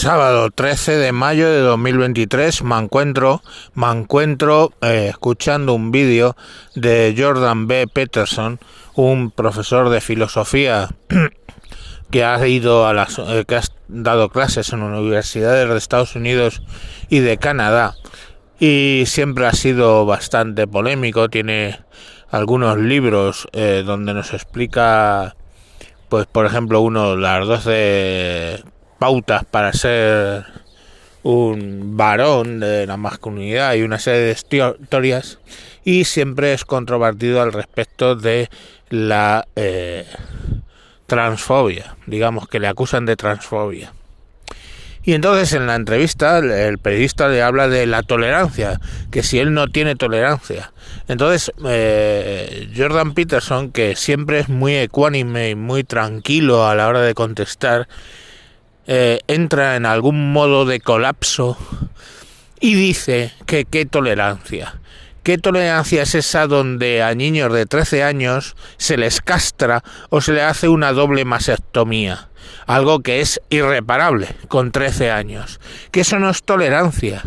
Sábado 13 de mayo de 2023 me encuentro escuchando un vídeo de Jordan B. Peterson, un profesor de filosofía que ha dado clases en universidades de Estados Unidos y de Canadá, y siempre ha sido bastante polémico. Tiene algunos libros donde nos explica, pues por ejemplo, las 12 pautas para ser un varón de la masculinidad y una serie de historias, y siempre es controvertido al respecto de la transfobia, digamos que le acusan de transfobia. Y entonces en la entrevista el periodista le habla de la tolerancia, que si él no tiene tolerancia. Entonces Jordan Peterson, que siempre es muy ecuánime y muy tranquilo a la hora de contestar, entra en algún modo de colapso y dice que qué tolerancia es esa donde a niños de 13 años se les castra o se les hace una doble mastectomía, algo que es irreparable con 13 años, que eso no es tolerancia,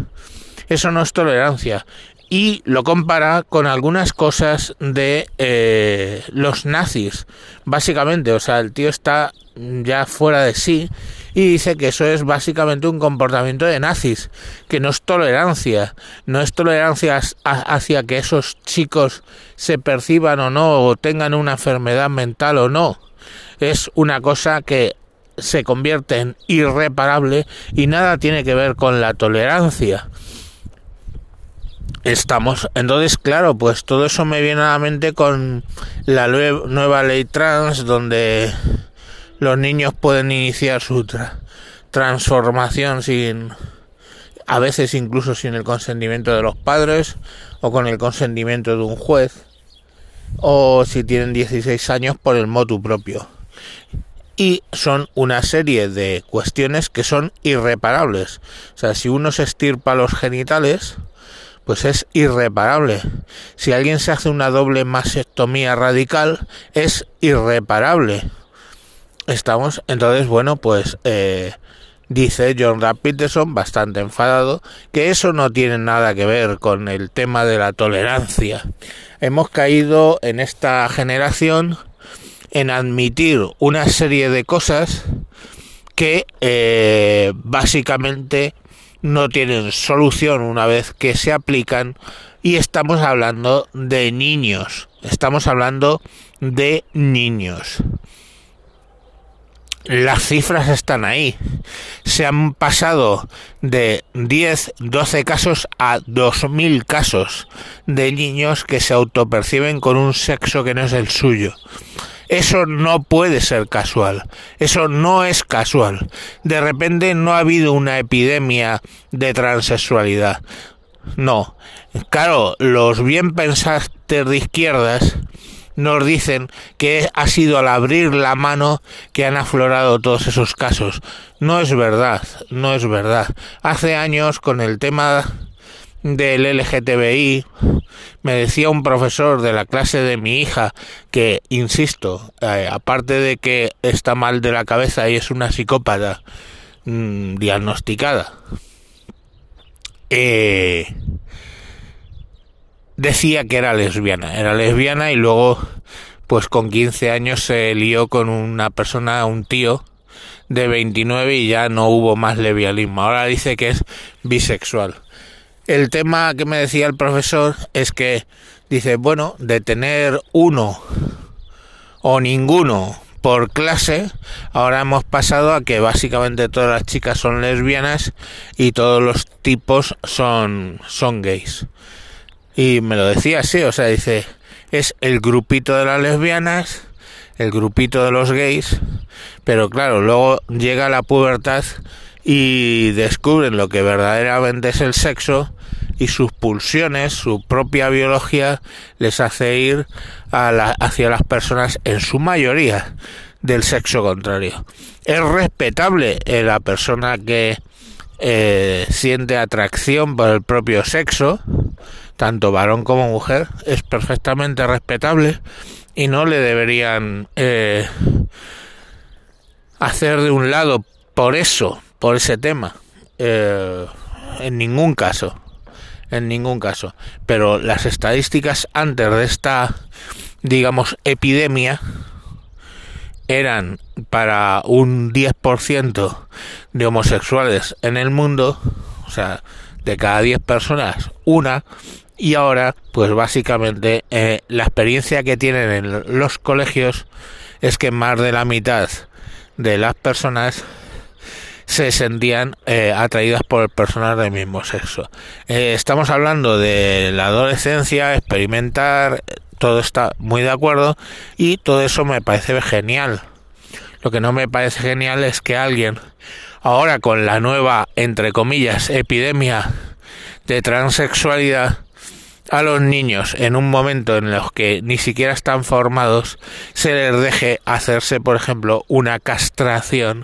y lo compara con algunas cosas de los nazis, básicamente. O sea, el tío está ya fuera de sí y dice que eso es básicamente un comportamiento de nazis, que no es tolerancia hacia que esos chicos se perciban o no, o tengan una enfermedad mental o no. Es una cosa que se convierte en irreparable y nada tiene que ver con la tolerancia. Entonces, claro, pues todo eso me viene a la mente con la nueva ley trans, donde los niños pueden iniciar su transformación a veces incluso sin el consentimiento de los padres, o con el consentimiento de un juez, o si tienen 16 años por el motu propio. Y son una serie de cuestiones que son irreparables. O sea, si uno se estirpa los genitales, pues es irreparable. Si alguien se hace una doble mastectomía radical, es irreparable. Entonces, bueno, pues dice Jordan Peterson, bastante enfadado, que eso no tiene nada que ver con el tema de la tolerancia. Hemos caído en esta generación en admitir una serie de cosas que básicamente no tienen solución una vez que se aplican, y estamos hablando de niños. Las cifras están ahí. Se han pasado de 10, 12 casos a 2.000 casos de niños que se autoperciben con un sexo que no es el suyo. Eso no puede ser casual, eso no es casual. De repente no ha habido una epidemia de transexualidad. No, claro, los bien pensantes de izquierdas nos dicen que ha sido al abrir la mano que han aflorado todos esos casos. No es verdad. Hace años, con el tema del LGTBI, me decía un profesor de la clase de mi hija que, insisto, aparte de que está mal de la cabeza y es una psicópata diagnosticada, decía que era lesbiana y luego, pues con 15 años se lió con un tío de 29 y ya no hubo más lesbianismo. Ahora dice que es bisexual. El tema que me decía el profesor es que dice, bueno, de tener uno o ninguno por clase, ahora hemos pasado a que básicamente todas las chicas son lesbianas y todos los tipos son gays. Y me lo decía así, o sea, dice, es el grupito de las lesbianas, el grupito de los gays, pero claro, luego llega la pubertad y descubren lo que verdaderamente es el sexo, y sus pulsiones, su propia biología, les hace ir hacia las personas, en su mayoría, del sexo contrario. Es respetable la persona que siente atracción por el propio sexo, tanto varón como mujer, es perfectamente respetable, y no le deberían hacer de un lado por eso, por ese tema. En ningún caso. Pero las estadísticas antes de esta, digamos, epidemia eran para un 10% de homosexuales en el mundo, o sea, de cada 10 personas, una, y ahora, pues básicamente, la experiencia que tienen en los colegios es que más de la mitad de las personas se sentían atraídas por personas del mismo sexo. Estamos hablando de la adolescencia, experimentar, todo está muy de acuerdo y todo eso me parece genial. Lo que no me parece genial es que alguien, ahora con la nueva, entre comillas, epidemia de transexualidad, a los niños en un momento en los que ni siquiera están formados se les deje hacerse, por ejemplo, una castración.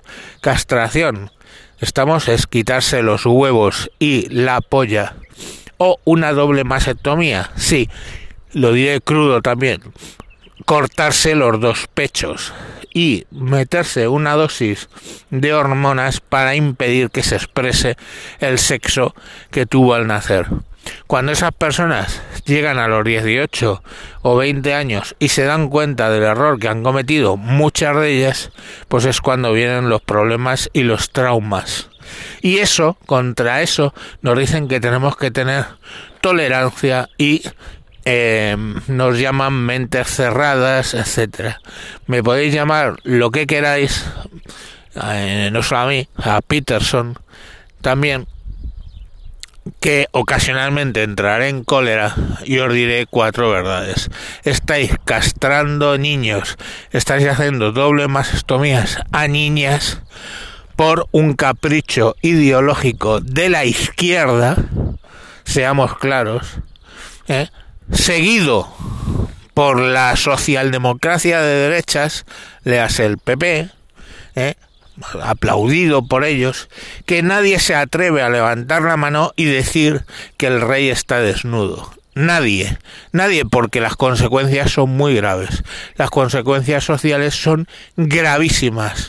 Es quitarse los huevos y la polla, o una doble mastectomía, sí, lo diré crudo también, cortarse los dos pechos y meterse una dosis de hormonas para impedir que se exprese el sexo que tuvo al nacer. Cuando esas personas llegan a los 18 o 20 años y se dan cuenta del error que han cometido, muchas de ellas, pues es cuando vienen los problemas y los traumas. Y eso, contra eso, nos dicen que tenemos que tener tolerancia y nos llaman mentes cerradas, etcétera. Me podéis llamar lo que queráis, no solo a mí, a Peterson también, que ocasionalmente entraré en cólera y os diré 4 verdades. Estáis castrando niños, estáis haciendo doble mastectomías a niñas por un capricho ideológico de la izquierda, seamos claros, seguido por la socialdemocracia de derechas, léase el PP, aplaudido por ellos, que nadie se atreve a levantar la mano y decir que el rey está desnudo. Nadie, porque las consecuencias son muy graves. Las consecuencias sociales son gravísimas.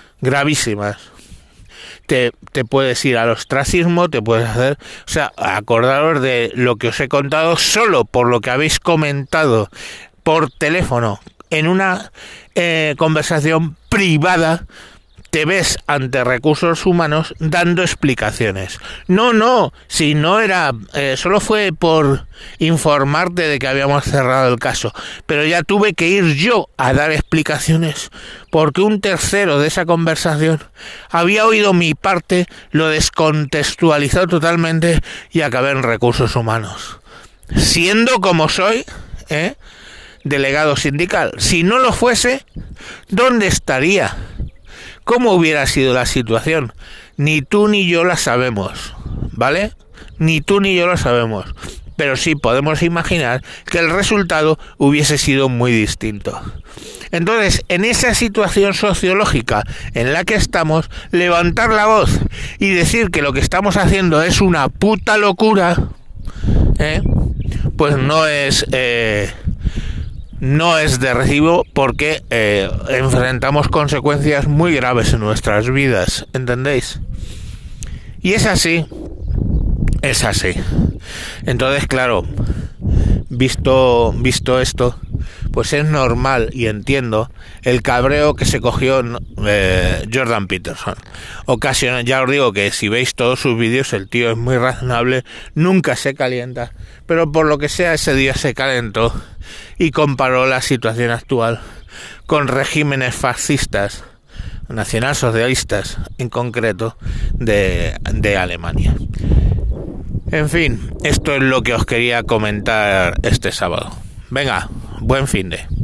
Te puedes ir al ostracismo, te puedes hacer... O sea, acordaros de lo que os he contado solo por lo que habéis comentado por teléfono en una conversación privada. Te ves ante recursos humanos dando explicaciones. No, si no era... solo fue por informarte de que habíamos cerrado el caso. Pero ya tuve que ir yo a dar explicaciones porque un tercero de esa conversación había oído mi parte, lo descontextualizó totalmente y acabé en recursos humanos. Siendo como soy, delegado sindical. Si no lo fuese, ¿dónde estaría? ¿Cómo hubiera sido la situación? Ni tú ni yo la sabemos, ¿vale? Ni tú ni yo la sabemos. Pero sí podemos imaginar que el resultado hubiese sido muy distinto. Entonces, en esa situación sociológica en la que estamos, levantar la voz y decir que lo que estamos haciendo es una puta locura, pues no es de recibo, porque enfrentamos consecuencias muy graves en nuestras vidas, ¿entendéis? Y es así. Entonces, claro, visto esto, pues es normal y entiendo el cabreo que se cogió Jordan Peterson. Ya os digo que si veis todos sus vídeos, el tío es muy razonable, nunca se calienta, pero por lo que sea ese día se calentó y comparó la situación actual con regímenes fascistas, nacionalsocialistas en concreto, de Alemania. En fin, esto es lo que os quería comentar este sábado. Venga, buen finde.